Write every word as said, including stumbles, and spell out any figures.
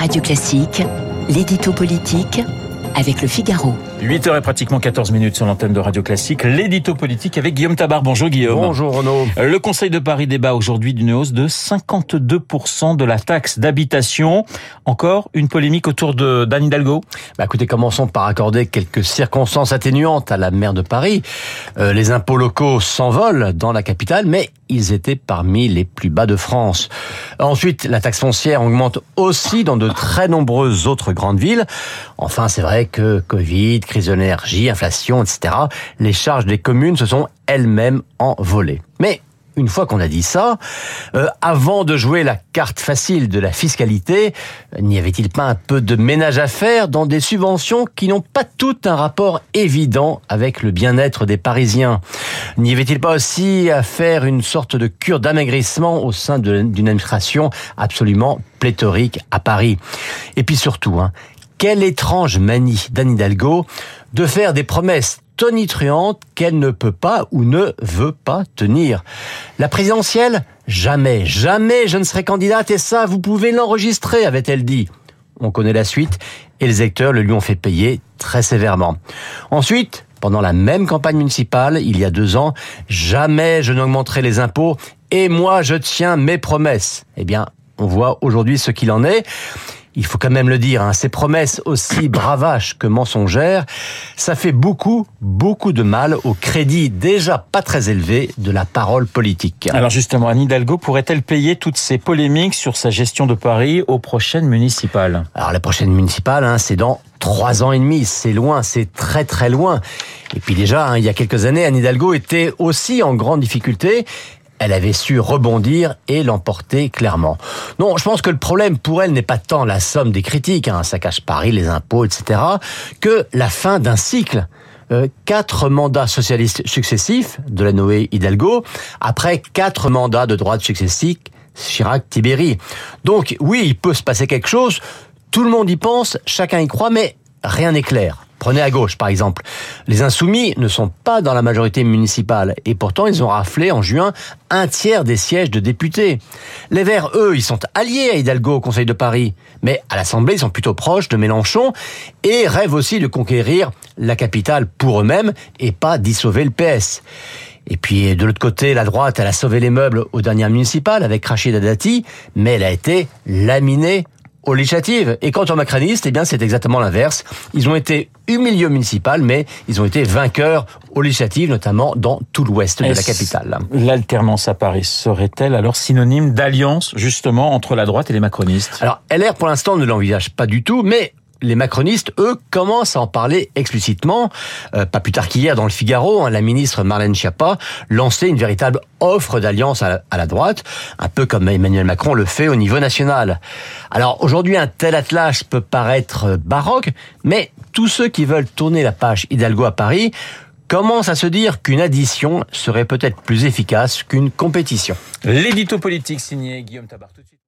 Radio Classique, l'édito politique avec Le Figaro. huit heures et pratiquement quatorze minutes sur l'antenne de Radio Classique. L'édito politique avec Guillaume Tabar. Bonjour Guillaume. Bonjour Renaud. Le Conseil de Paris débat aujourd'hui d'une hausse de cinquante-deux pour cent de la taxe d'habitation. Encore une polémique autour de d'Anne Hidalgo. Bah écoutez, commençons par accorder quelques circonstances atténuantes à la maire de Paris. Euh, les impôts locaux s'envolent dans la capitale, mais ils étaient parmi les plus bas de France. Ensuite, la taxe foncière augmente aussi dans de très nombreuses autres grandes villes. Enfin, c'est vrai que Covid, crise de l'énergie, inflation, et cetera, les charges des communes se sont elles-mêmes envolées. Mais une fois qu'on a dit ça, euh, avant de jouer la carte facile de la fiscalité, n'y avait-il pas un peu de ménage à faire dans des subventions qui n'ont pas toutes un rapport évident avec le bien-être des Parisiens? N'y avait-il pas aussi à faire une sorte de cure d'amaigrissement au sein de, d'une administration absolument pléthorique à Paris? Et puis surtout, hein, quelle étrange manie d'Anne Hidalgo de faire des promesses tonitruante qu'elle ne peut pas ou ne veut pas tenir. La présidentielle, jamais, jamais je ne serai candidate et ça, vous pouvez l'enregistrer, avait-elle dit. On connaît la suite et les électeurs le lui ont fait payer très sévèrement. Ensuite, pendant la même campagne municipale, il y a deux ans, jamais je n'augmenterai les impôts et moi je tiens mes promesses. Eh bien, on voit aujourd'hui ce qu'il en est. Il faut quand même le dire, hein, ces promesses aussi bravaches que mensongères, ça fait beaucoup, beaucoup de mal au crédit déjà pas très élevé de la parole politique. Alors justement, Anne Hidalgo pourrait-elle payer toutes ces polémiques sur sa gestion de Paris aux prochaines municipales? Alors les prochaines municipales, hein, c'est dans trois ans et demi, c'est loin, c'est très très loin. Et puis déjà, hein, il y a quelques années, Anne Hidalgo était aussi en grande difficulté. Elle avait su rebondir et l'emporter clairement. Non, je pense que le problème pour elle n'est pas tant la somme des critiques, hein, ça cache Paris, les impôts, et cetera, que la fin d'un cycle. Euh, quatre mandats socialistes successifs de la Noé Hidalgo, après quatre mandats de droite successifs, Chirac-Tibéri. Donc oui, il peut se passer quelque chose, tout le monde y pense, chacun y croit, mais rien n'est clair. Prenez à gauche, par exemple. Les Insoumis ne sont pas dans la majorité municipale et pourtant ils ont raflé en juin un tiers des sièges de députés. Les Verts, eux, ils sont alliés à Hidalgo au Conseil de Paris, mais à l'Assemblée, ils sont plutôt proches de Mélenchon et rêvent aussi de conquérir la capitale pour eux-mêmes et pas d'y sauver le P S. Et puis, de l'autre côté, la droite, elle a sauvé les meubles aux dernières municipales avec Rachida Dati, mais elle a été laminée aux législatives. Et quant aux macronistes, eh bien, c'est exactement l'inverse. Ils ont été humiliés au municipal, mais ils ont été vainqueurs aux législatives, notamment dans tout l'ouest de la capitale. L'alternance à Paris serait-elle alors synonyme d'alliance, justement, entre la droite et les macronistes? Alors, L R, pour l'instant, ne l'envisage pas du tout, mais les macronistes, eux, commencent à en parler explicitement. Euh, pas plus tard qu'hier, dans le Figaro, hein, la ministre Marlène Schiappa lançait une véritable offre d'alliance à la, à la droite, un peu comme Emmanuel Macron le fait au niveau national. Alors aujourd'hui, un tel attelage peut paraître baroque, mais tous ceux qui veulent tourner la page Hidalgo à Paris commencent à se dire qu'une addition serait peut-être plus efficace qu'une compétition. L'édito politique signé Guillaume Tabar. Tout de suite.